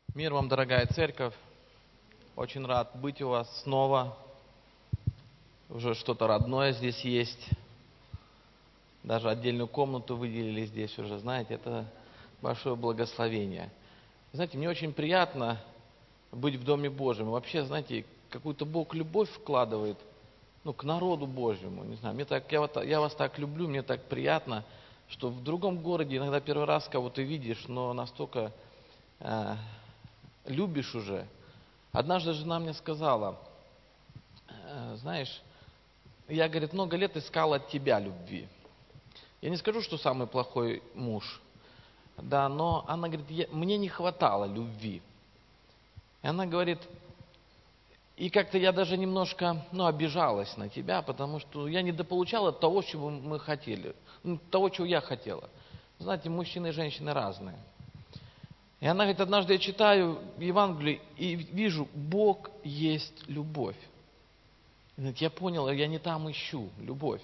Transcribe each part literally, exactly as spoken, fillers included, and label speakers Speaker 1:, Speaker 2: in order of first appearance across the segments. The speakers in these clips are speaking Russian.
Speaker 1: Мир вам, дорогая церковь. Очень рад быть у вас снова. Уже что-то родное здесь есть. Даже отдельную комнату выделили здесь уже. Знаете, это большое благословение. Знаете, мне очень приятно быть в Доме Божьем. И вообще, знаете, какую-то Бог любовь вкладывает, ну, к народу Божьему. Не знаю, мне так, я, вот, я вас так люблю, мне так приятно, что в другом городе иногда первый раз кого-то видишь, но настолько э, любишь уже. Однажды жена мне сказала, э, знаешь, я, говорит, много лет искала от тебя любви. Я не скажу, что самый плохой муж, да, но она говорит, я, мне не хватало любви. И она говорит, и как-то я даже немножко, ну, обижалась на тебя, потому что я недополучала того, чего мы хотели, ну, того, чего я хотела. Знаете, мужчины и женщины разные. И она говорит, однажды я читаю Евангелие и вижу, Бог есть любовь. И, говорит, я понял, я не там ищу любовь.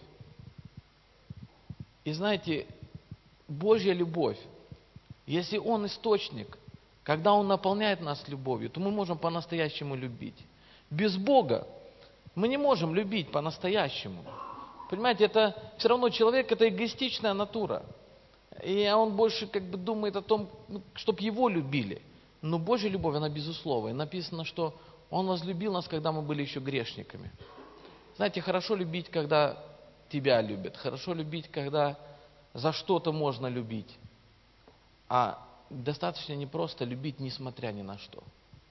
Speaker 1: И знаете, Божья любовь, если Он источник, когда Он наполняет нас любовью, то мы можем по-настоящему любить. Без Бога мы не можем любить по-настоящему. Понимаете, это все равно человек, это эгоистичная натура. И он больше как бы думает о том, чтобы его любили. Но Божья любовь, она безусловная. И написано, что Он возлюбил нас, когда мы были еще грешниками. Знаете, хорошо любить, когда тебя любят. Хорошо любить, когда за что-то можно любить. А достаточно не просто любить, несмотря ни на что.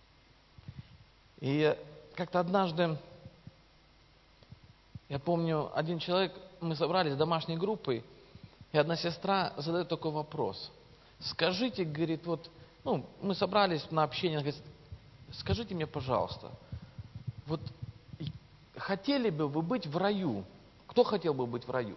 Speaker 1: И как-то однажды, я помню, один человек, мы собрались домашней группой, и одна сестра задает такой вопрос. Скажите, говорит, вот, ну, мы собрались на общение, она говорит, скажите мне, пожалуйста, вот хотели бы вы быть в раю? Кто хотел бы быть в раю?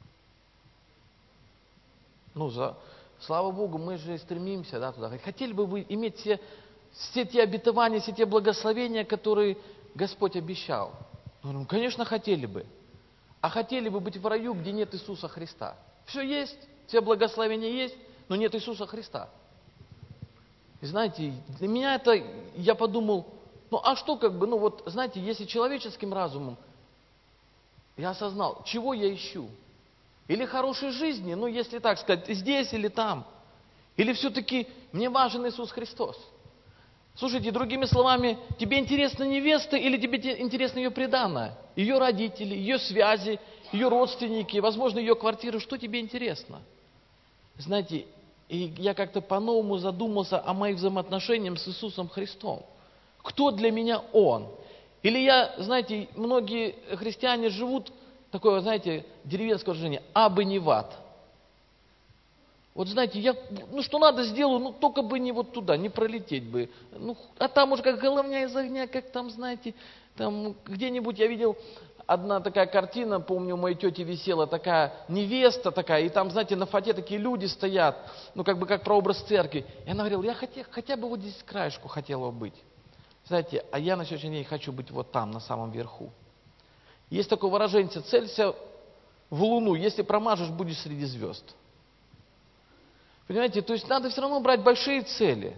Speaker 1: Ну, за, слава Богу, мы же стремимся, да, туда. Хотели бы вы иметь все, все те обетования, все те благословения, которые Господь обещал? Мы говорим, конечно, хотели бы. А хотели бы быть в раю, где нет Иисуса Христа? Все есть, все благословения есть, но нет Иисуса Христа. И знаете, для меня это, я подумал, ну а что как бы, ну вот, знаете, если человеческим разумом, я осознал, чего я ищу? Или хорошей жизни, ну если так сказать, здесь или там. Или все-таки мне важен Иисус Христос. Слушайте, другими словами, тебе интересна невеста или тебе интересно ее приданое? Ее родители, ее связи, ее родственники, возможно, ее квартира. Что тебе интересно? Знаете, и я как-то по-новому задумался о моих взаимоотношениях с Иисусом Христом. Кто для меня Он? Или я, знаете, многие христиане живут, такое, знаете, деревенское выражение, абы не в ад. Вот знаете, я, ну что надо, сделаю, ну только бы не вот туда, не пролететь бы. Ну, а там уже как головня из огня, как там, знаете, там где-нибудь я видел одна такая картина, помню, у моей тети висела такая невеста такая, и там, знаете, на фате такие люди стоят, ну как бы как прообраз церкви. И она говорила, я хотя, хотя бы вот здесь с краешку хотела быть. Знаете, а я на сегодняшний день хочу быть вот там, на самом верху. Есть такое выражение, целься в луну, если промажешь, будешь среди звезд. Понимаете, то есть надо все равно брать большие цели.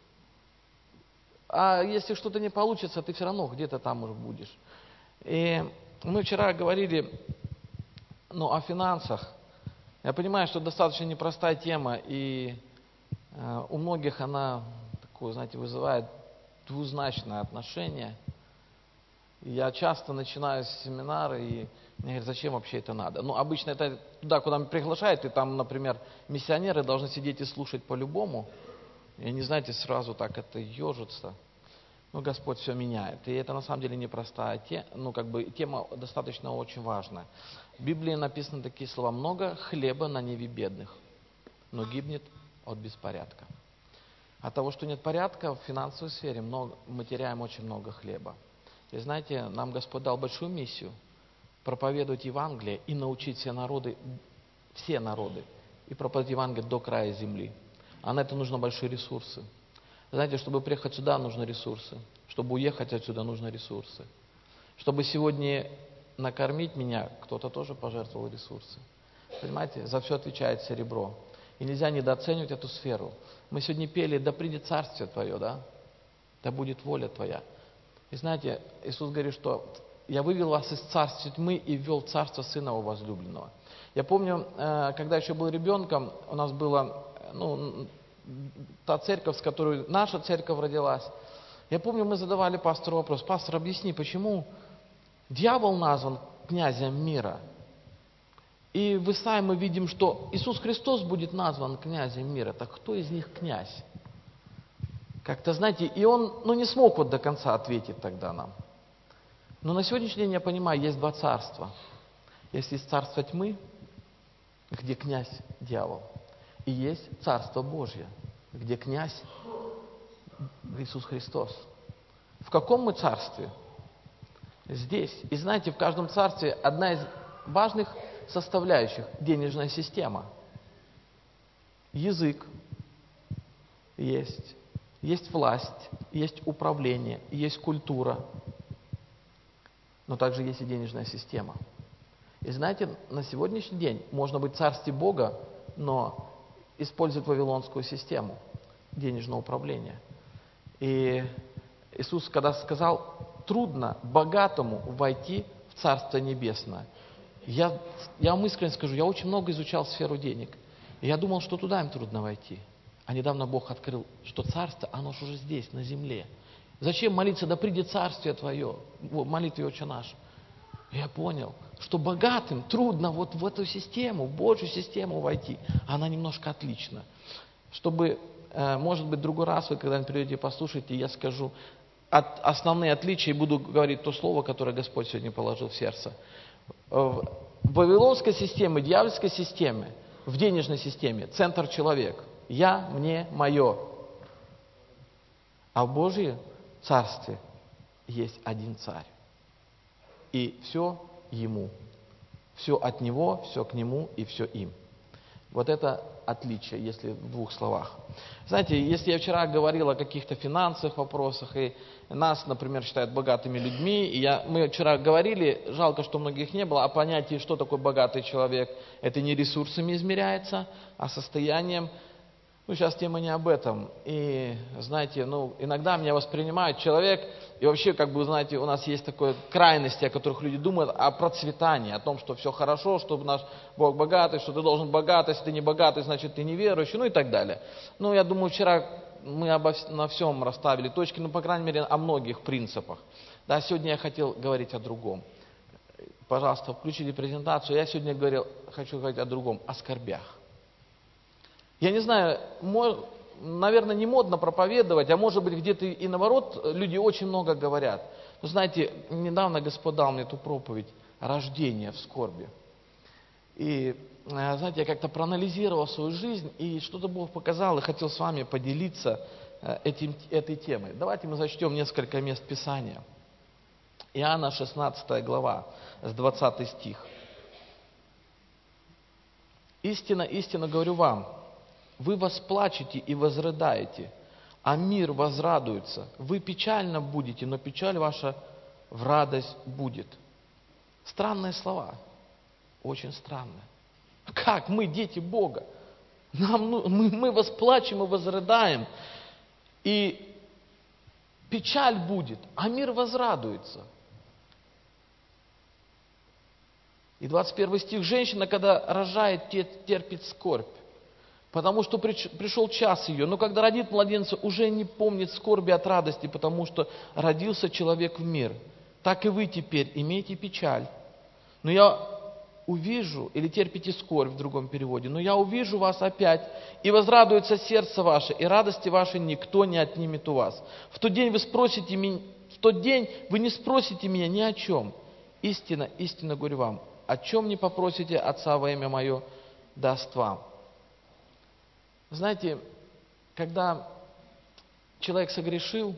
Speaker 1: А если что-то не получится, ты все равно где-то там уже будешь. И мы вчера говорили, ну, о финансах. Я понимаю, что достаточно непростая тема, и э, у многих она такое, знаете, вызывает двузначное отношение. И я часто начинаю семинары, и мне говорят, зачем вообще это надо? Ну, обычно это туда, куда меня приглашают, и там, например, миссионеры должны сидеть и слушать по-любому. И они, знаете, сразу так это ежится. Ну, Господь все меняет. И это на самом деле непростая тема, ну, как бы тема достаточно очень важная. В Библии написаны такие слова: много хлеба на ниве бедных, но гибнет от беспорядка. От того, что нет порядка в финансовой сфере, много, мы теряем очень много хлеба. И знаете, нам Господь дал большую миссию проповедовать Евангелие и научить все народы, все народы, и проповедовать Евангелие до края земли. А на это нужны большие ресурсы. Знаете, чтобы приехать сюда, нужны ресурсы. Чтобы уехать отсюда, нужны ресурсы. Чтобы сегодня накормить меня, кто-то тоже пожертвовал ресурсы. Понимаете, за все отвечает серебро. И нельзя недооценивать эту сферу. Мы сегодня пели: «Да придет Царствие Твое», да? «Да будет воля Твоя». И знаете, Иисус говорит, что «Я вывел вас из царства тьмы и ввел в царство Сына Его возлюбленного». Я помню, когда еще был ребенком, у нас была ну, та церковь, с которой наша церковь родилась. Я помню, мы задавали пастору вопрос: «Пастор, объясни, почему дьявол назван князем мира?» И в Исаии мы видим, что Иисус Христос будет назван князем мира. Так кто из них князь? Как-то, знаете, и он ну, не смог вот до конца ответить тогда нам. Но на сегодняшний день я понимаю, есть два царства. Есть, есть царство тьмы, где князь дьявол. И есть Царство Божье, где князь Иисус Христос. В каком мы царстве? Здесь. И знаете, в каждом царстве одна из важных составляющих – денежная система. Язык есть, есть власть, есть управление, есть культура, но также есть и денежная система. И знаете, на сегодняшний день можно быть в царстве Бога, но использовать вавилонскую систему денежного управления. И Иисус, когда сказал: трудно богатому войти в Царство Небесное. Я, я вам искренне скажу, я очень много изучал сферу денег. И я думал, что туда им трудно войти. А недавно Бог открыл, что Царство, оно же уже здесь, на земле. Зачем молиться: да придет Царствие Твое, в молитве Отче наш? Я понял, что богатым трудно вот в эту систему, в Божью систему войти. Она немножко отлична. Чтобы, может быть, в другой раз вы когда-нибудь придете, послушайте, я скажу от, основные отличия и буду говорить то слово, которое Господь сегодня положил в сердце. В вавилонской системе, дьявольской системе, в денежной системе центр человек. Я, мне, мое. А в Божьем Царстве есть один царь. И все ему. Все от него, все к нему и все им. Вот это отличие, если в двух словах. Знаете, если я вчера говорил о каких-то финансовых вопросах, и нас, например, считают богатыми людьми, и я, мы вчера говорили, жалко, что многих не было, о понятии, что такое богатый человек. Это не ресурсами измеряется, а состоянием. Ну, сейчас тема не об этом. И, знаете, ну, иногда меня воспринимают человек, и вообще, как бы, знаете, у нас есть такое крайности, о которых люди думают, о процветании, о том, что все хорошо, что наш Бог богатый, что ты должен богатый, если ты не богатый, значит, ты неверующий, ну и так далее. Ну, я думаю, вчера мы обо, на всем расставили точки, ну, по крайней мере, о многих принципах. Да, сегодня я хотел говорить о другом. Пожалуйста, включите презентацию. Я сегодня говорил, хочу говорить о другом, о скорбях. Я не знаю, наверное, не модно проповедовать, а может быть где-то и наоборот, люди очень много говорят. Но знаете, недавно Господь дал мне эту проповедь «Рождение в скорби». И, знаете, я как-то проанализировал свою жизнь, и что-то Бог показал, и хотел с вами поделиться этим, этой темой. Давайте мы зачтем несколько мест Писания. Иоанна шестнадцатая глава, с двадцатый стих. «Истинно, истинно говорю вам, вы восплачете и возрыдаете, а мир возрадуется. Вы печально будете, но печаль ваша в радость будет». Странные слова. Очень странные. Как мы, дети Бога? Нам, ну, мы, мы восплачем и возрыдаем, и печаль будет, а мир возрадуется. И двадцать первый стих. «Женщина, когда рожает, терпит скорбь, потому что пришел час ее. Но когда родит младенца, уже не помнит скорби от радости, потому что родился человек в мир. Так и вы теперь имеете печаль. Но я увижу», или терпите скорбь в другом переводе, «но я увижу вас опять, и возрадуется сердце ваше, и радости вашей никто не отнимет у вас. В тот день вы спросите меня, в тот день вы не спросите меня ни о чем. Истинно, истинно говорю вам, о чем не попросите Отца во имя Мое, даст вам». Знаете, когда человек согрешил,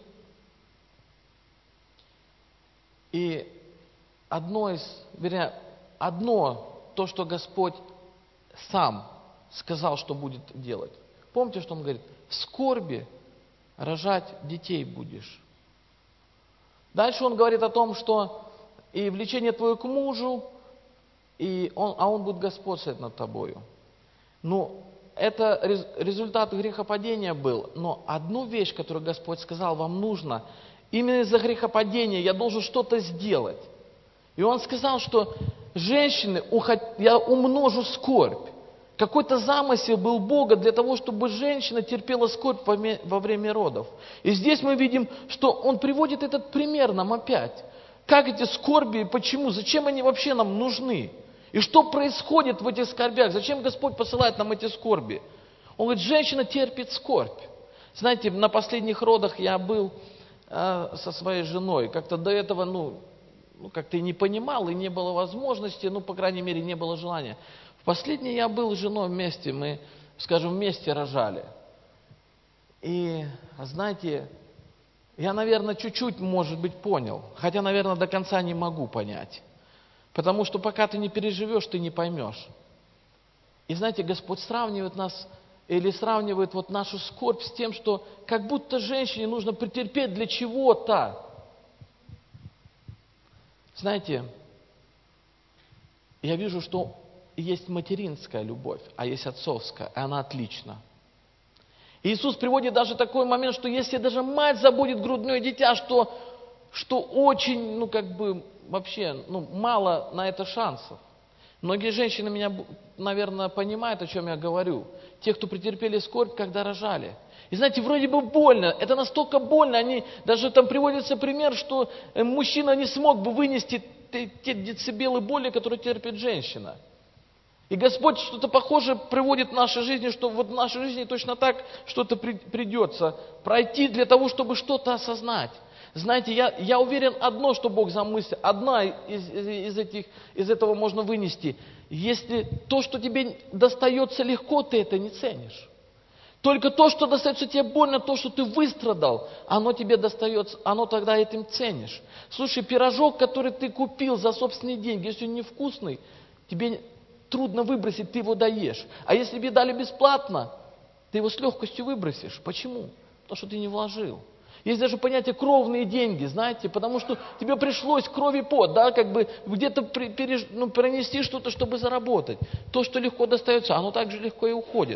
Speaker 1: и одно из, вернее, одно, то, что Господь сам сказал, что будет делать. Помните, что Он говорит? В скорби рожать детей будешь. Дальше Он говорит о том, что и влечение твое к мужу, и он, а Он будет господствовать над тобою. Ну, это результат грехопадения был. Но одну вещь, которую Господь сказал, вам нужно, именно из-за грехопадения я должен что-то сделать. И Он сказал, что женщины, я умножу скорбь. Какой-то замысел был Бога для того, чтобы женщина терпела скорбь во время родов. И здесь мы видим, что Он приводит этот пример нам опять. Как эти скорби, почему, зачем они вообще нам нужны? И что происходит в этих скорбях? Зачем Господь посылает нам эти скорби? Он говорит, женщина терпит скорбь. Знаете, на последних родах я был э, со своей женой. Как-то до этого, ну, ну как-то и не понимал, и не было возможности, ну, по крайней мере, не было желания. В последний я был с женой вместе, мы, скажем, вместе рожали. И, знаете, я, наверное, чуть-чуть, может быть, понял. Хотя, наверное, до конца не могу понять. Потому что пока ты не переживешь, ты не поймешь. И, знаете, Господь сравнивает нас, или сравнивает вот нашу скорбь с тем, что как будто женщине нужно претерпеть для чего-то. Знаете, я вижу, что есть материнская любовь, а есть отцовская, и она отлична. Иисус приводит даже такой момент, что если даже мать забудет грудное дитя, что, что очень, ну как бы, вообще, ну мало на это шансов. Многие женщины меня, наверное, понимают, о чем я говорю. Те, кто претерпели скорбь, когда рожали. И знаете, вроде бы больно, это настолько больно, они, даже там приводится пример, что мужчина не смог бы вынести те, те децибелы боли, которые терпит женщина. И Господь что-то похожее приводит в нашей жизни, что вот в нашей жизни точно так что-то при, придется пройти для того, чтобы что-то осознать. Знаете, я, я уверен одно, что Бог замыслил, одна из, из, из, этих, из этого можно вынести. Если то, что тебе достается легко, ты это не ценишь. Только то, что достается тебе больно, то, что ты выстрадал, оно тебе достается, оно тогда этим ценишь. Слушай, пирожок, который ты купил за собственные деньги, если он невкусный, тебе трудно выбросить, ты его доешь. А если тебе дали бесплатно, ты его с легкостью выбросишь. Почему? Потому что ты не вложил. Есть даже понятие кровные деньги, знаете, потому что тебе пришлось кровь и пот, да, как бы где-то переж... ну, пронести что-то, чтобы заработать. То, что легко достается, оно также легко и уходит.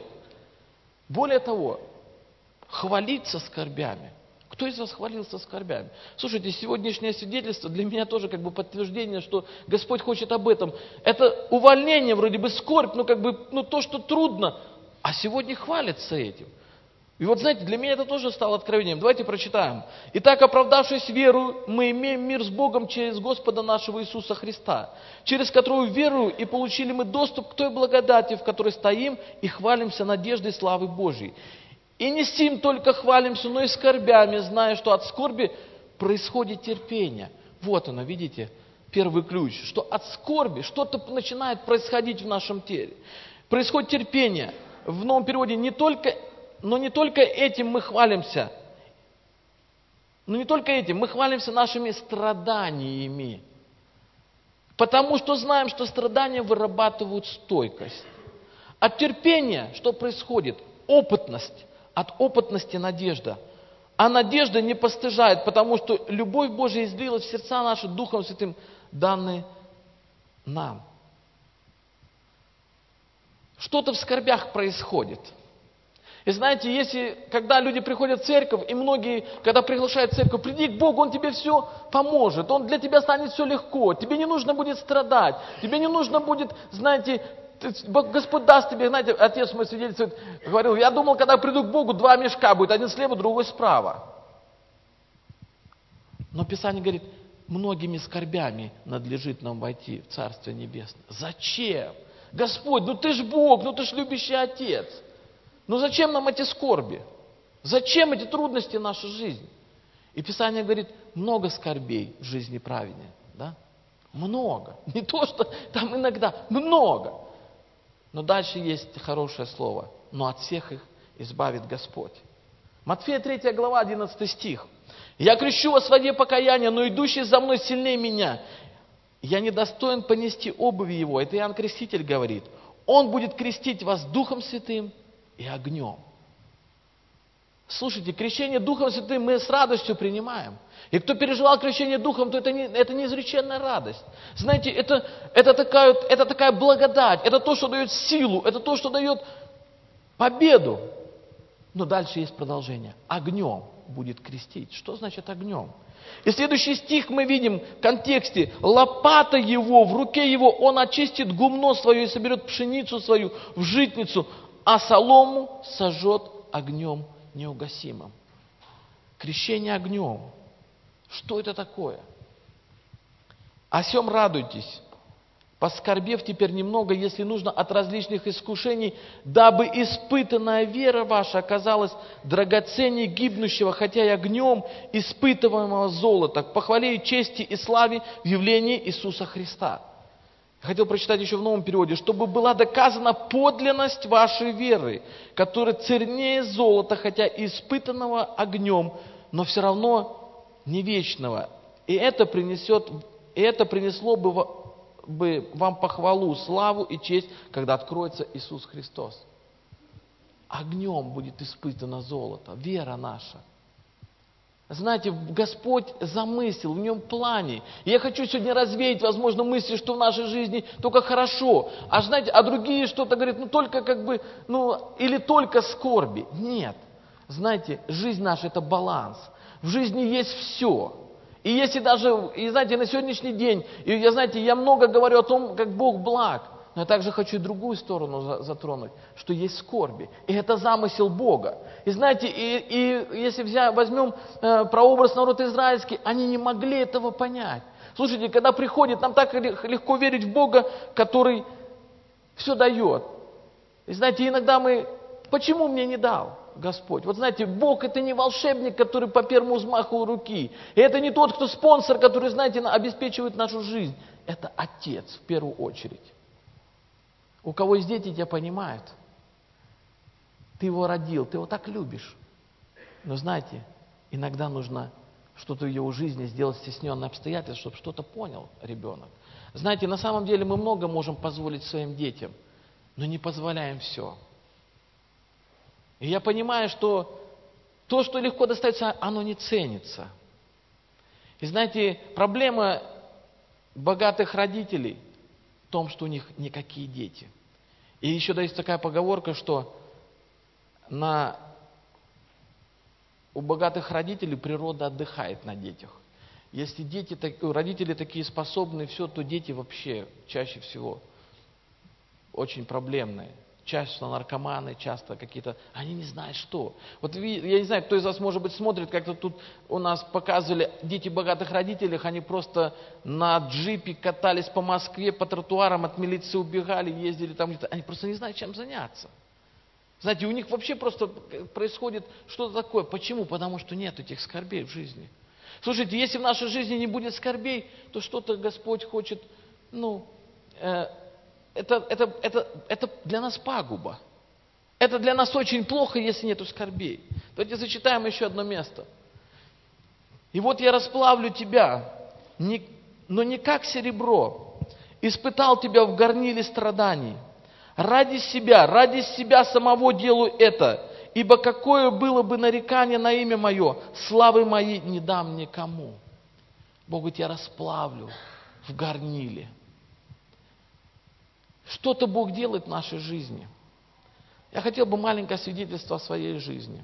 Speaker 1: Более того, хвалиться скорбями. Кто из вас хвалился скорбями? Слушайте, сегодняшнее свидетельство для меня тоже как бы подтверждение, что Господь хочет об этом. Это увольнение, вроде бы скорбь, ну как бы ну, то, что трудно, а сегодня хвалится этим. И вот знаете, для меня это тоже стало откровением. Давайте прочитаем. «Итак, оправдавшись верою, мы имеем мир с Богом через Господа нашего Иисуса Христа, через которую верою и получили мы доступ к той благодати, в которой стоим и хвалимся надеждой славы Божьей. И не сим только хвалимся, но и скорбями, зная, что от скорби происходит терпение». Вот оно, видите, первый ключ, что от скорби что-то начинает происходить в нашем теле. Происходит терпение. В новом переводе не только... Но не только этим мы хвалимся. Но не только этим. Мы хвалимся нашими страданиями. Потому что знаем, что страдания вырабатывают стойкость. От терпения что происходит? Опытность. От опытности надежда. А надежда не постыжает, потому что любовь Божия излилась в сердца наши Духом Святым, данные нам. Что-то в скорбях происходит. И знаете, если, когда люди приходят в церковь, и многие, когда приглашают в церковь, приди к Богу, Он тебе все поможет, Он для тебя станет все легко, тебе не нужно будет страдать, тебе не нужно будет, знаете, Господь даст тебе, знаете, отец мой свидетельствует, говорил, я думал, когда приду к Богу, два мешка будет, один слева, другой справа. Но Писание говорит, многими скорбями надлежит нам войти в Царствие Небесное. Зачем? Господь, ну ты ж Бог, ну ты ж любящий Отец. Ну зачем нам эти скорби? Зачем эти трудности в нашей жизни? И Писание говорит, много скорбей в жизни праведника. Да? Много. Не то, что там иногда, много. Но дальше есть хорошее слово. Но от всех их избавит Господь. Матфея третья глава, одиннадцатый стих. «Я крещу вас в воде покаяния, но идущий за мной сильнее меня. Я недостоин понести обуви его». Это Иоанн Креститель говорит. «Он будет крестить вас Духом Святым и огнем». Слушайте, крещение Духом Святым мы с радостью принимаем. И кто переживал крещение Духом, то это, не, это неизреченная радость. Знаете, это, это, такая, это такая благодать, это то, что дает силу, это то, что дает победу. Но дальше есть продолжение. Огнем будет крестить. Что значит огнем? И следующий стих мы видим в контексте. Лопата его, в руке его, он очистит гумно свое и соберет пшеницу свою в житницу, а солому сожжет огнем неугасимым. Крещение огнем. Что это такое? О сем радуйтесь, поскорбев теперь немного, если нужно, от различных искушений, дабы испытанная вера ваша оказалась драгоценней гибнущего, хотя и огнем испытываемого золота, к похвале и чести и славе в явлении Иисуса Христа. Я хотел прочитать еще в новом переводе, чтобы была доказана подлинность вашей веры, которая ценнее золота, хотя и испытанного огнем, но все равно не вечного. И это принесет, и это принесло бы, бы вам похвалу, славу и честь, когда откроется Иисус Христос. Огнем будет испытано золото, вера наша. Знаете, Господь замысел, в Нем плане. И я хочу сегодня развеять, возможно, мысли, что в нашей жизни только хорошо. А знаете, а другие что-то говорят, ну только как бы, ну или только скорби. Нет. Знаете, жизнь наша это баланс. В жизни есть все. И если даже, и знаете, на сегодняшний день, и я, знаете, я много говорю о том, как Бог благ, но я также хочу и другую сторону затронуть, что есть скорби. И это замысел Бога. И знаете, и, и если взять, возьмем э, прообраз народ израильский, они не могли этого понять. Слушайте, когда приходит, нам так легко верить в Бога, который все дает. И знаете, иногда мы, почему мне не дал Господь? Вот знаете, Бог это не волшебник, который по первому взмаху руки. И это не тот, кто спонсор, который, знаете, обеспечивает нашу жизнь. Это Отец в первую очередь. У кого есть дети, тебя понимают. Ты его родил, ты его так любишь. Но знаете, иногда нужно что-то в его жизни сделать стесненное обстоятельство, чтобы что-то понял ребенок. Знаете, на самом деле мы много можем позволить своим детям, но не позволяем все. И я понимаю, что то, что легко достается, оно не ценится. И знаете, проблема богатых родителей в том, что у них никакие дети. И еще есть такая поговорка, что на, у богатых родителей природа отдыхает на детях. Если дети, родители такие способные, все, то дети вообще чаще всего очень проблемные. Часто наркоманы, часто какие-то, они не знают что. Вот я не знаю, кто из вас, может быть, смотрит, как-то тут у нас показывали дети богатых родителей, они просто на джипе катались по Москве, по тротуарам, от милиции убегали, ездили там где-то. Они просто не знают, чем заняться. Знаете, у них вообще просто происходит что-то такое. Почему? Потому что нет этих скорбей в жизни. Слушайте, если в нашей жизни не будет скорбей, то что-то Господь хочет, ну, э, Это, это, это, это для нас пагуба. Это для нас очень плохо, если нету скорбей. Давайте зачитаем еще одно место. И вот я расплавлю тебя, не, но не как серебро. Испытал тебя в горниле страданий. Ради себя, ради себя самого делаю это. Ибо какое было бы нарекание на имя мое, славы моей не дам никому. Бог говорит, я расплавлю в горниле. Что-то Бог делает в нашей жизни. Я хотел бы маленькое свидетельство о своей жизни.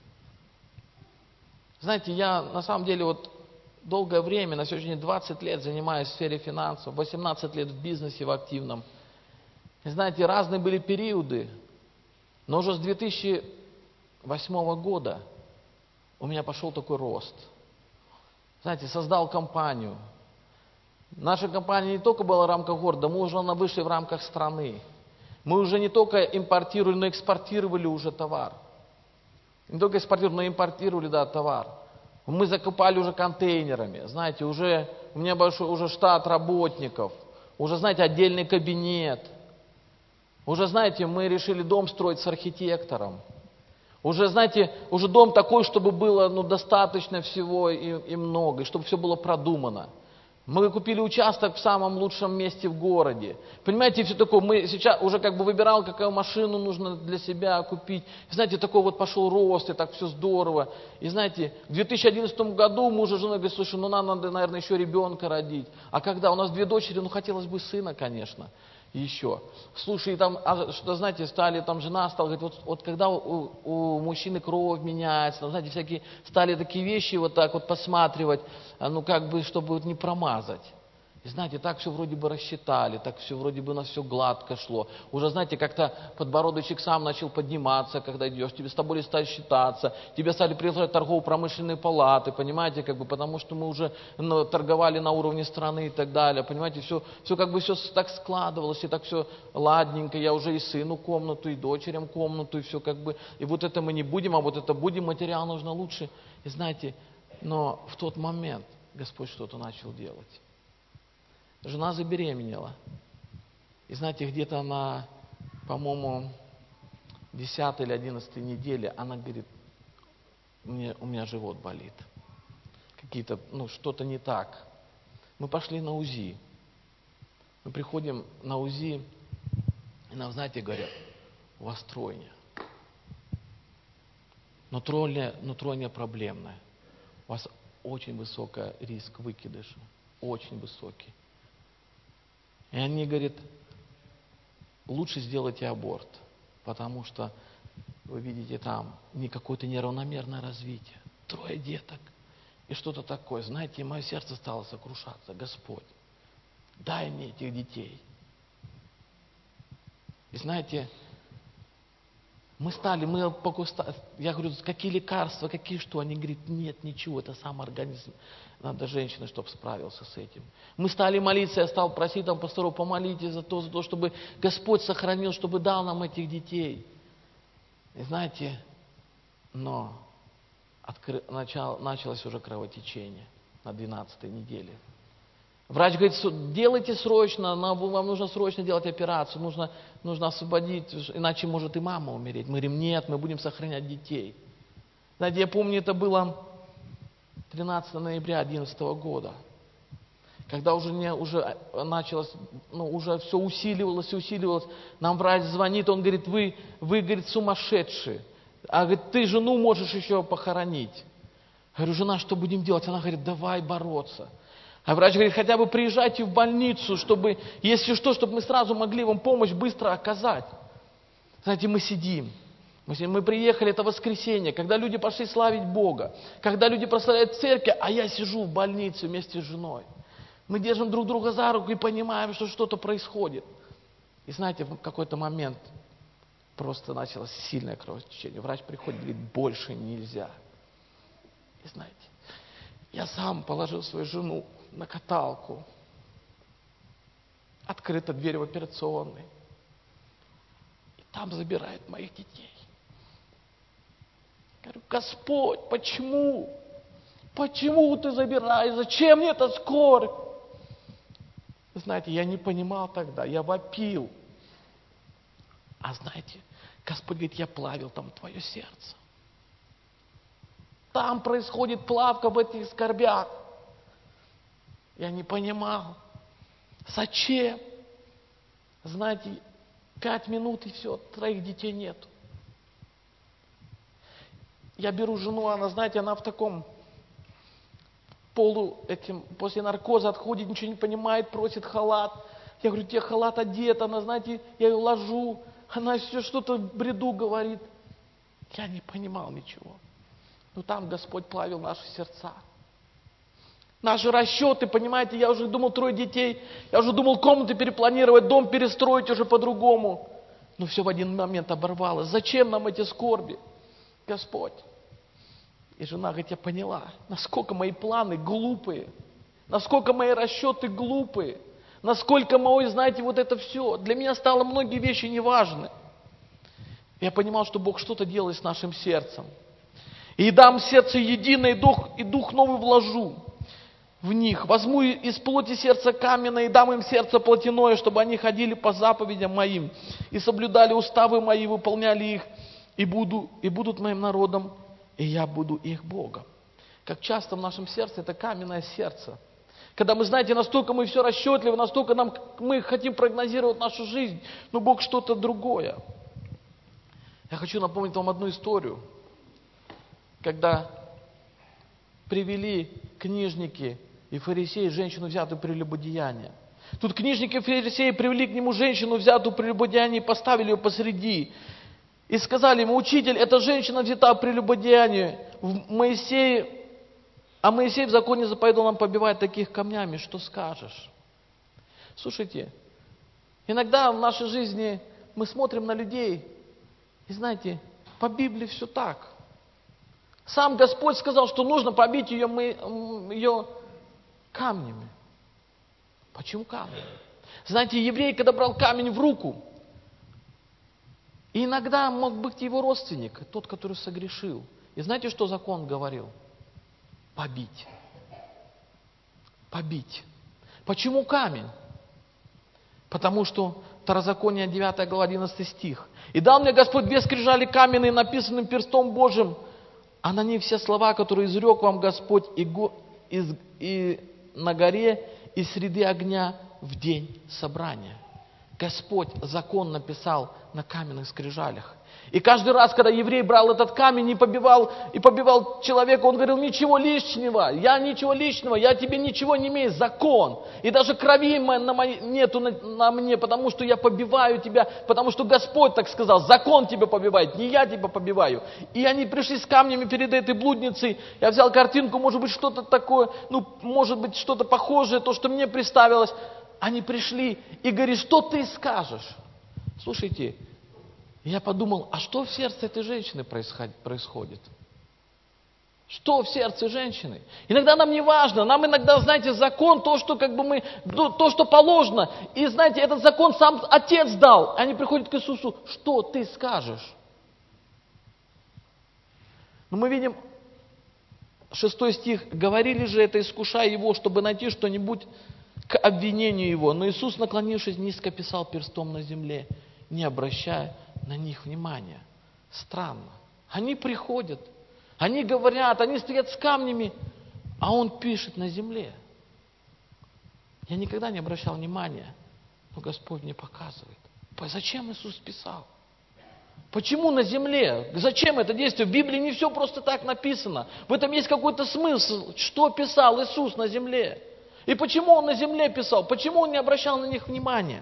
Speaker 1: Знаете, я на самом деле вот долгое время, на сегодня двадцать лет занимаюсь в сфере финансов, восемнадцать лет в бизнесе в активном. И знаете, разные были периоды, но уже с две тысячи восьмого года у меня пошел такой рост. Знаете, создал компанию. Наша компания не только была в рамках города, мы уже вышли в рамках страны. Мы уже не только импортировали, но экспортировали уже товар. Не только экспортировали, но импортировали, да, товар. Мы закупали уже контейнерами. Знаете, уже у меня большой уже штат работников. Уже, знаете, отдельный кабинет. Уже, знаете, мы решили дом строить с архитектором. Уже, знаете, уже дом такой, чтобы было ну, достаточно всего и, и много, и чтобы все было продумано. Мы купили участок в самом лучшем месте в городе. Понимаете, все такое, мы сейчас уже как бы выбирал, какую машину нужно для себя купить. И, знаете, такой вот пошел рост, и так все здорово. И знаете, в две тысячи одиннадцатом году муж и жена говорят, слушай, ну нам надо, наверное, еще ребенка родить. А когда? У нас две дочери, ну хотелось бы сына, конечно. еще. Слушай, там, а, что, знаете, стали, там жена стала говорить, вот, вот когда у, у мужчины кровь меняется, там, знаете, всякие, стали такие вещи вот так вот посматривать, ну, как бы, чтобы вот не промазать. И знаете, так все вроде бы рассчитали, так все вроде бы у нас все гладко шло. Уже, знаете, как-то подбородочек сам начал подниматься, когда идешь, тебе с тобой стали считаться, тебе стали приглашать торгово-промышленные палаты, понимаете, как бы, потому что мы уже ну, торговали на уровне страны и так далее, понимаете, все, все как бы все так складывалось, и так все ладненько, я уже и сыну комнату, и дочерям комнату, и все как бы, и вот это мы не будем, а вот это будем, материал нужно лучше. И знаете, но в тот момент Господь что-то начал делать. Жена забеременела. И знаете, где-то на, по-моему, десятой или одиннадцатой неделе она говорит, мне, у меня живот болит. Какие-то, ну, что-то не так. Мы пошли на УЗИ. Мы приходим на УЗИ, и нам, знаете, говорят, у вас тройня. Но тройня, но тройня проблемная. У вас очень высокий риск выкидыша. Очень высокий. И они говорят, лучше сделайте аборт, потому что, вы видите, там не какое-то неравномерное развитие. Трое деток. И что-то такое. Знаете, мое сердце стало сокрушаться. Господь, дай мне этих детей. И знаете, мы стали, мы покуста... я говорю, какие лекарства, какие что? Они говорят, нет, ничего, это сам организм. Надо женщине, чтобы справился с этим. Мы стали молиться, я стал просить там пасторов, помолитесь за то, за то, чтобы Господь сохранил, чтобы дал нам этих детей. И знаете, но откры... начал... началось уже кровотечение на двенадцатой неделе. Врач говорит, делайте срочно, вам нужно срочно делать операцию, нужно, нужно освободить, иначе может и мама умереть. Мы говорим, нет, мы будем сохранять детей. Знаете, я помню, это было тринадцатого ноября две тысячи одиннадцатого года, когда уже, не, уже началось, ну, уже все усиливалось и усиливалось. Нам врач звонит, он говорит, вы, вы говорит, сумасшедшие. А говорит, ты жену можешь еще похоронить. Я говорю, жена, что будем делать? Она говорит, давай бороться. А врач говорит, хотя бы приезжайте в больницу, чтобы, если что, чтобы мы сразу могли вам помощь быстро оказать. Знаете, мы сидим. Мы, сидим, мы приехали, это воскресенье, когда люди пошли славить Бога, когда люди прославляют церковь, а я сижу в больнице вместе с женой. Мы держим друг друга за руку и понимаем, что что-то происходит. И знаете, в какой-то момент просто началось сильное кровотечение. Врач приходит и говорит, больше нельзя. И знаете, я сам положил свою жену на каталку. Открыта дверь в операционной. И там забирают моих детей. Я говорю, Господь, почему? Почему ты забираешь? Зачем мне эта скорбь? Вы знаете, я не понимал тогда, я вопил. А знаете, Господь говорит, я плавил там твое сердце. Там происходит плавка в этих скорбях. Я не понимал. Зачем? Знаете, пять минут и все, троих детей нет. Я беру жену, она, знаете, она в таком полу этим, после наркоза отходит, ничего не понимает, просит халат. Я говорю, тебе халат одет, она, знаете, я ее ложу, она все что-то в бреду говорит. Я не понимал ничего. Но там Господь плавил наши сердца. Наши расчеты, понимаете, я уже думал трое детей, я уже думал комнаты перепланировать, дом перестроить уже по-другому. Но все в один момент оборвалось. Зачем нам эти скорби, Господь? И жена говорит, я поняла, насколько мои планы глупые, насколько мои расчеты глупые, насколько мое, знаете, вот это все. Для меня стало многие вещи неважны. Я понимал, что Бог что-то делает с нашим сердцем. И дам сердце единое, и дух, и дух новый вложу в них. Возьму из плоти сердца каменное и дам им сердце плотяное, чтобы они ходили по заповедям моим и соблюдали уставы мои, выполняли их, и, буду, и будут моим народом, и я буду их Богом. Как часто в нашем сердце это каменное сердце. Когда мы, знаете, настолько мы все расчетливы, настолько нам, мы хотим прогнозировать нашу жизнь, но Бог что-то другое. Я хочу напомнить вам одну историю. Когда привели книжники и фарисеи женщину, взятую прелюбодеяние. Тут книжники и фарисеи привели к нему женщину, взятую при прелюбодеянии, и поставили ее посреди. И сказали ему: учитель, эта женщина взята при прелюбодеянии. В Моисее, а Моисей в законе заповедал нам побивать таких камнями. Что скажешь? Слушайте, иногда в нашей жизни мы смотрим на людей, и знаете, по Библии все так. Сам Господь сказал, что нужно побить ее, ее камнями. Почему камнями? Знаете, еврей, когда брал камень в руку, и иногда мог быть его родственник, тот, который согрешил. И знаете, что закон говорил? Побить. Побить. Почему камень? Потому что Второзаконие девятая глава, одиннадцатый стих. «И дал мне Господь две скрижали каменные, написанным перстом Божьим, а на них все слова, которые изрек вам Господь и, го, и, и на горе, и среды огня в день собрания». Господь закон написал на каменных скрижалях. И каждый раз, когда еврей брал этот камень и побивал, и побивал человека, он говорил: ничего лишнего, я ничего лишнего, я тебе ничего не имею, закон. И даже крови нету на, на мне, потому что я побиваю тебя, потому что Господь так сказал, закон тебя побивает, не я тебя побиваю. И они пришли с камнями перед этой блудницей, я взял картинку, может быть, что-то такое, ну, может быть, что-то похожее, то, что мне представилось. Они пришли и говорят: что ты скажешь? Слушайте, я подумал, а что в сердце этой женщины происходит? Что в сердце женщины? Иногда нам не важно, нам иногда, знаете, закон, то, что как бы мы, то, что положено. И знаете, этот закон сам Отец дал. Они приходят к Иисусу: что ты скажешь? Но мы видим, шестой стих: говорили же это, искушая его, чтобы найти что-нибудь к обвинению его. Но Иисус, наклонившись, низко писал перстом на земле, не обращая на них внимания. Странно. Они приходят, они говорят, они стоят с камнями, а он пишет на земле. Я никогда не обращал внимания, но Господь мне показывает. Зачем Иисус писал? Почему на земле? Зачем это действие? В Библии не все просто так написано. В этом есть какой-то смысл, что писал Иисус на земле. И почему Он на земле писал? Почему Он не обращал на них внимания?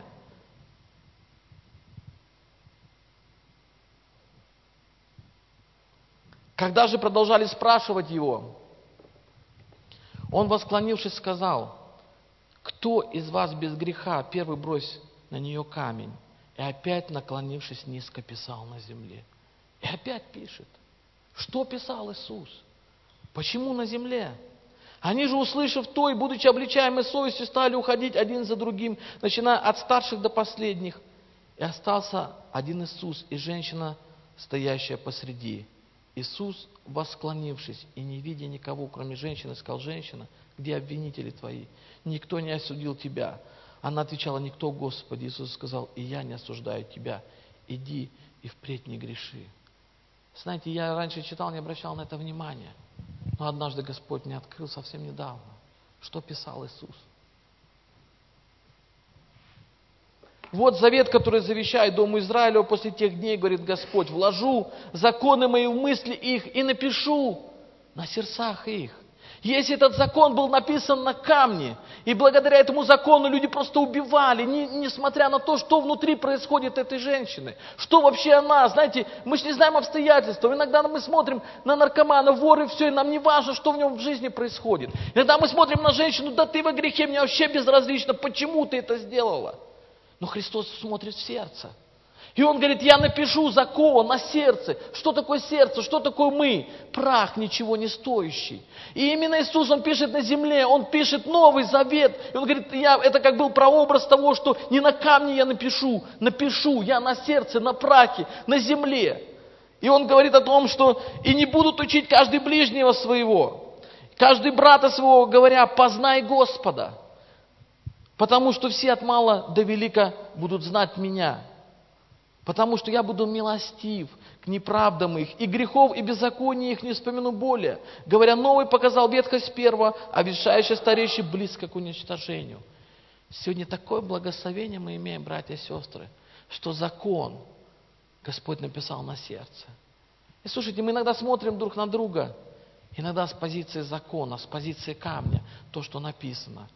Speaker 1: Когда же продолжали спрашивать Его, Он, восклонившись, сказал: кто из вас без греха, первый брось на нее камень. И опять, наклонившись, низко писал на земле. И опять пишет. Что писал Иисус? Почему на земле? Они же, услышав то, и будучи обличаемы совестью, стали уходить один за другим, начиная от старших до последних. И остался один Иисус и женщина, стоящая посреди. Иисус, восклонившись и не видя никого, кроме женщины, сказал: женщина, где обвинители твои? Никто не осудил тебя. Она отвечала: никто, Господи. Иисус сказал: и я не осуждаю тебя. Иди и впредь не греши. Знаете, я раньше читал, не обращал на это внимания. Но однажды Господь мне открыл совсем недавно, что писал Иисус. Вот завет, который завещает Дому Израилеву после тех дней, говорит Господь: вложу законы мои в мысли их и напишу на сердцах их. Если этот закон был написан на камне, и благодаря этому закону люди просто убивали, не, несмотря на то, что внутри происходит этой женщины, что вообще она, знаете, мы же не знаем обстоятельства, иногда мы смотрим на наркомана, воры, все, и нам не важно, что в нем в жизни происходит. Иногда мы смотрим на женщину: да ты во грехе, мне вообще безразлично, почему ты это сделала? Но Христос смотрит в сердце. И Он говорит: я напишу закон на сердце. Что такое сердце? Что такое мы? Прах, ничего не стоящий. И именно Иисус, Он пишет на земле, Он пишет Новый Завет. И Он говорит: я, это как был прообраз того, что не на камне я напишу, напишу я на сердце, на прахе, на земле. И Он говорит о том, что и не будут учить каждый ближнего своего, каждый брата своего, говоря: познай Господа. Потому что все от мала до велика будут знать меня. Потому что я буду милостив к неправдам их, и грехов, и беззаконий их не вспомину более. Говоря, новый показал ветхость первого, а ветшающее старейший близко к уничтожению. Сегодня такое благословение мы имеем, братья и сестры, что закон Господь написал на сердце. И слушайте, мы иногда смотрим друг на друга, иногда с позиции закона, с позиции камня, то, что написано.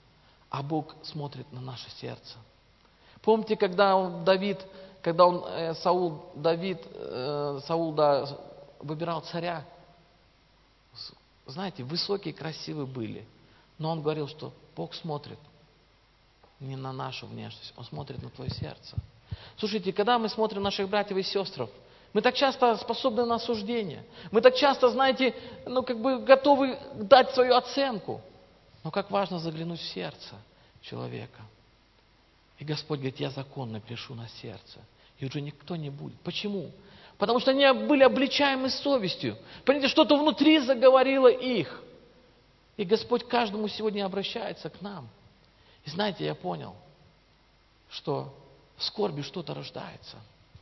Speaker 1: а Бог смотрит на наше сердце. Помните, когда он, Давид, когда он, э, Саул, Давид, э, Саул да, выбирал царя, знаете, высокие, красивые были, но он говорил, что Бог смотрит не на нашу внешность, Он смотрит на твое сердце. Слушайте, когда мы смотрим на наших братьев и сестр, мы так часто способны на осуждение. Мы так часто, знаете, ну, как бы готовы дать свою оценку. Но как важно заглянуть в сердце человека. И Господь говорит, я закон напишу на сердце. И уже никто не будет. Почему? Потому что они были обличаемы совестью. Понимаете, что-то внутри заговорило их. И Господь к каждому сегодня обращается к нам. И знаете, я понял, что в скорби что-то рождается.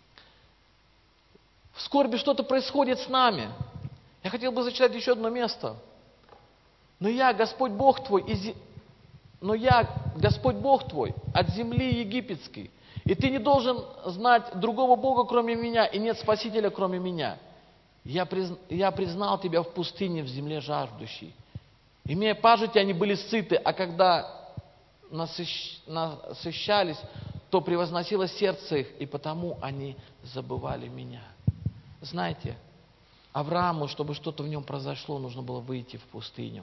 Speaker 1: В скорби что-то происходит с нами. Я хотел бы зачитать еще одно место. Но я, Господь Бог твой, из... но я, Господь Бог твой, от земли египетской, и ты не должен знать другого Бога, кроме меня, и нет Спасителя, кроме меня. Я, приз... я признал тебя в пустыне, в земле жаждущей. Имея пажити, они были сыты, а когда насыщ... насыщались, то превозносило сердце их, и потому они забывали меня. Знаете, Аврааму, чтобы что-то в нем произошло, нужно было выйти в пустыню.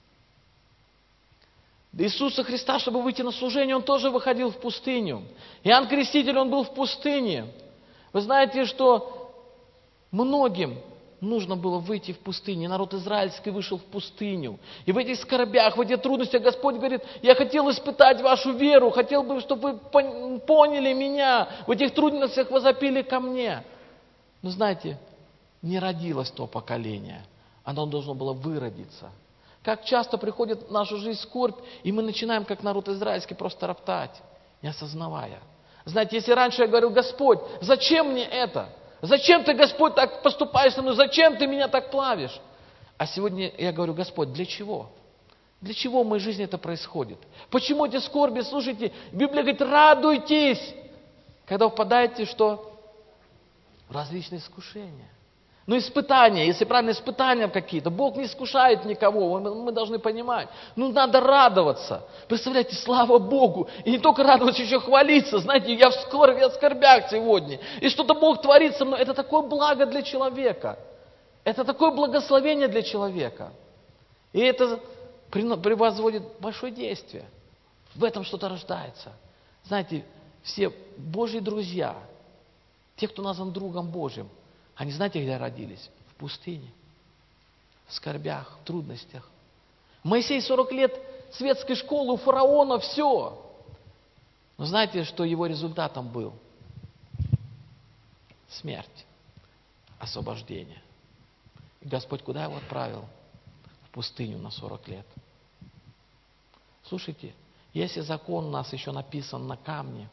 Speaker 1: Иисуса Христа, чтобы выйти на служение, Он тоже выходил в пустыню. Иоанн Креститель, он был в пустыне. Вы знаете, что многим нужно было выйти в пустыню. Народ израильский вышел в пустыню. И в этих скорбях, в этих трудностях Господь говорит, я хотел испытать вашу веру, хотел бы, чтобы вы поняли меня. В этих трудностях возопили ко мне. Но знаете, не родилось то поколение. Оно должно было выродиться. Как часто приходит в нашу жизнь скорбь, и мы начинаем, как народ израильский, просто роптать, не осознавая. Знаете, если раньше я говорил, Господь, зачем мне это? Зачем ты, Господь, так поступаешь со мной? Зачем ты меня так плавишь? А сегодня я говорю, Господь, для чего? Для чего в моей жизни это происходит? Почему эти скорби? Слушайте, Библия говорит, радуйтесь, когда впадаете что? В различные искушения. Ну, испытания, если правильно, испытания какие-то. Бог не искушает никого, мы, мы должны понимать. Ну, надо радоваться. Представляете, слава Богу. И не только радоваться, еще хвалиться. Знаете, я в скорби, я в скорбях сегодня. И что-то Бог творит со мной. Это такое благо для человека. Это такое благословение для человека. И это превозводит большое действие. В этом что-то рождается. Знаете, все Божьи друзья, те, кто назван другом Божьим, они знаете, где родились? В пустыне, в скорбях, в трудностях. Моисей сорок лет светской школы, у фараона все. Но знаете, что его результатом был? Смерть, освобождение. И Господь куда его отправил? В пустыню на сорок лет. Слушайте, если закон у нас еще написан на камне,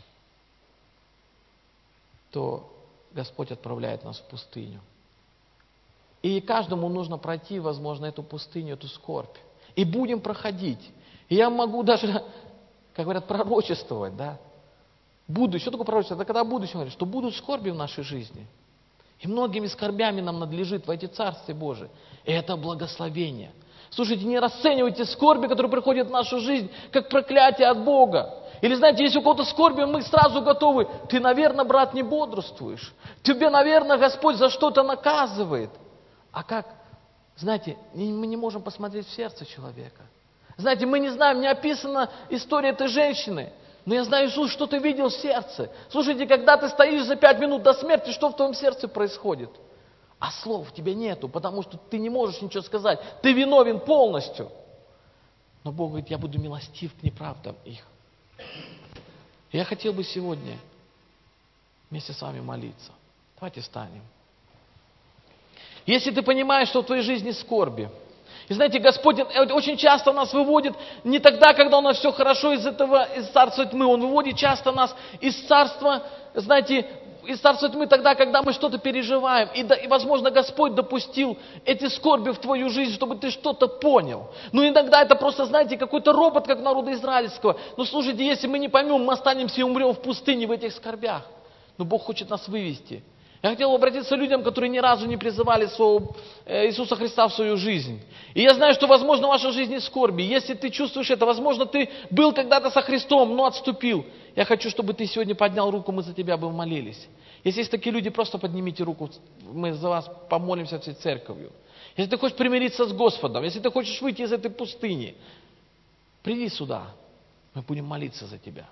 Speaker 1: то Господь отправляет нас в пустыню. И каждому нужно пройти, возможно, эту пустыню, эту скорбь. И будем проходить. И я могу даже, как говорят, пророчествовать, да? Будущее. Что такое пророчество? Это когда о будущем говорит, что будут скорби в нашей жизни. И многими скорбями нам надлежит войти в Царствие Божие. И это благословение. Слушайте, не расценивайте скорби, которые приходят в нашу жизнь, как проклятие от Бога. Или, знаете, если у кого-то скорби, мы сразу готовы. Ты, наверное, брат, не бодрствуешь. Тебе, наверное, Господь за что-то наказывает. А как? Знаете, мы не можем посмотреть в сердце человека. Знаете, мы не знаем, не описана история этой женщины. Но я знаю, Иисус, что ты видел в сердце. Слушайте, когда ты стоишь за пять минут до смерти, что в твоем сердце происходит? А слов в тебе нету, потому что ты не можешь ничего сказать. Ты виновен полностью. Но Бог говорит, я буду милостив к неправдам их. Я хотел бы сегодня вместе с вами молиться. Давайте встанем. Если ты понимаешь, что в твоей жизни скорби, и знаете, Господь очень часто нас выводит не тогда, когда у нас все хорошо из этого, из царства тьмы, Он выводит часто нас из царства, знаете, из царства тьмы тогда, когда мы что-то переживаем. И, да, и, возможно, Господь допустил эти скорби в твою жизнь, чтобы ты что-то понял. Но иногда это просто, знаете, какой-то робот, как народа израильского. Но слушайте, если мы не поймем, мы останемся и умрем в пустыне в этих скорбях. Но Бог хочет нас вывести. Я хотел бы обратиться к людям, которые ни разу не призывали своего Иисуса Христа в свою жизнь. И я знаю, что, возможно, в вашей жизни скорби. Если ты чувствуешь это, возможно, ты был когда-то со Христом, но отступил. Я хочу, чтобы ты сегодня поднял руку, мы за тебя бы молились. Если есть такие люди, просто поднимите руку, мы за вас помолимся всей церковью. Если ты хочешь примириться с Господом, если ты хочешь выйти из этой пустыни, приди сюда, мы будем молиться за тебя.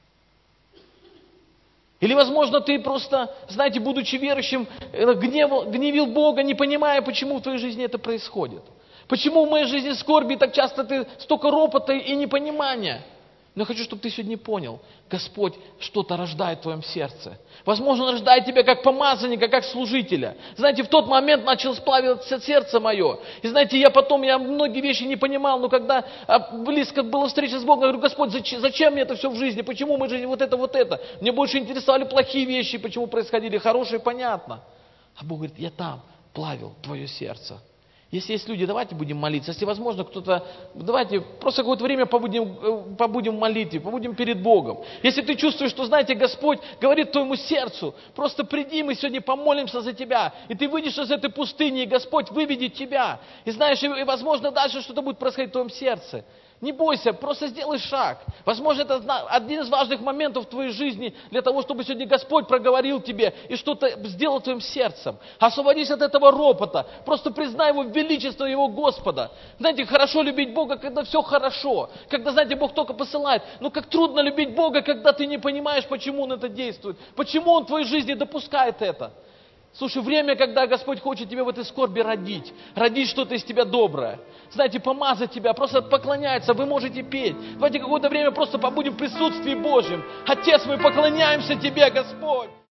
Speaker 1: Или, возможно, ты просто, знаете, будучи верующим, гневал, гневил Бога, не понимая, почему в твоей жизни это происходит. Почему в моей жизни скорби так часто ты столько ропота и непонимания. Но я хочу, чтобы ты сегодня понял, Господь что-то рождает в твоем сердце. Возможно, Он рождает тебя как помазанника, как служителя. Знаете, в тот момент начало сплавиться сердце мое. И знаете, я потом, я многие вещи не понимал, но когда близко была встреча с Богом, я говорю: Господь, зачем, зачем мне это все в жизни? Почему в моей жизни вот это, вот это? Мне больше интересовали плохие вещи, почему происходили хорошие, понятно. А Бог говорит: я там плавил твое сердце. Если есть люди, давайте будем молиться. Если возможно, кто-то, давайте просто какое-то время побудем, побудем в молитве, побудем перед Богом. Если ты чувствуешь, что, знаете, Господь говорит твоему сердцу, просто приди, мы сегодня помолимся за тебя. И ты выйдешь из этой пустыни, и Господь выведет тебя. И знаешь, и, и возможно, дальше что-то будет происходить в твоем сердце. Не бойся, просто сделай шаг. Возможно, это один из важных моментов в твоей жизни для того, чтобы сегодня Господь проговорил тебе и что-то сделал твоим сердцем. Освободись от этого ропота. Просто признай Его величество, Его Господа. Знаете, хорошо любить Бога, когда все хорошо. Когда, знаете, Бог только посылает. Но как трудно любить Бога, когда ты не понимаешь, почему Он это действует. Почему Он в твоей жизни допускает это. Слушай, время, когда Господь хочет тебе в этой скорби родить, родить что-то из тебя доброе. Знаете, помазать тебя, просто поклоняться, вы можете петь. Давайте какое-то время просто побудем в присутствии Божьем. Отец, мы поклоняемся Тебе, Господь.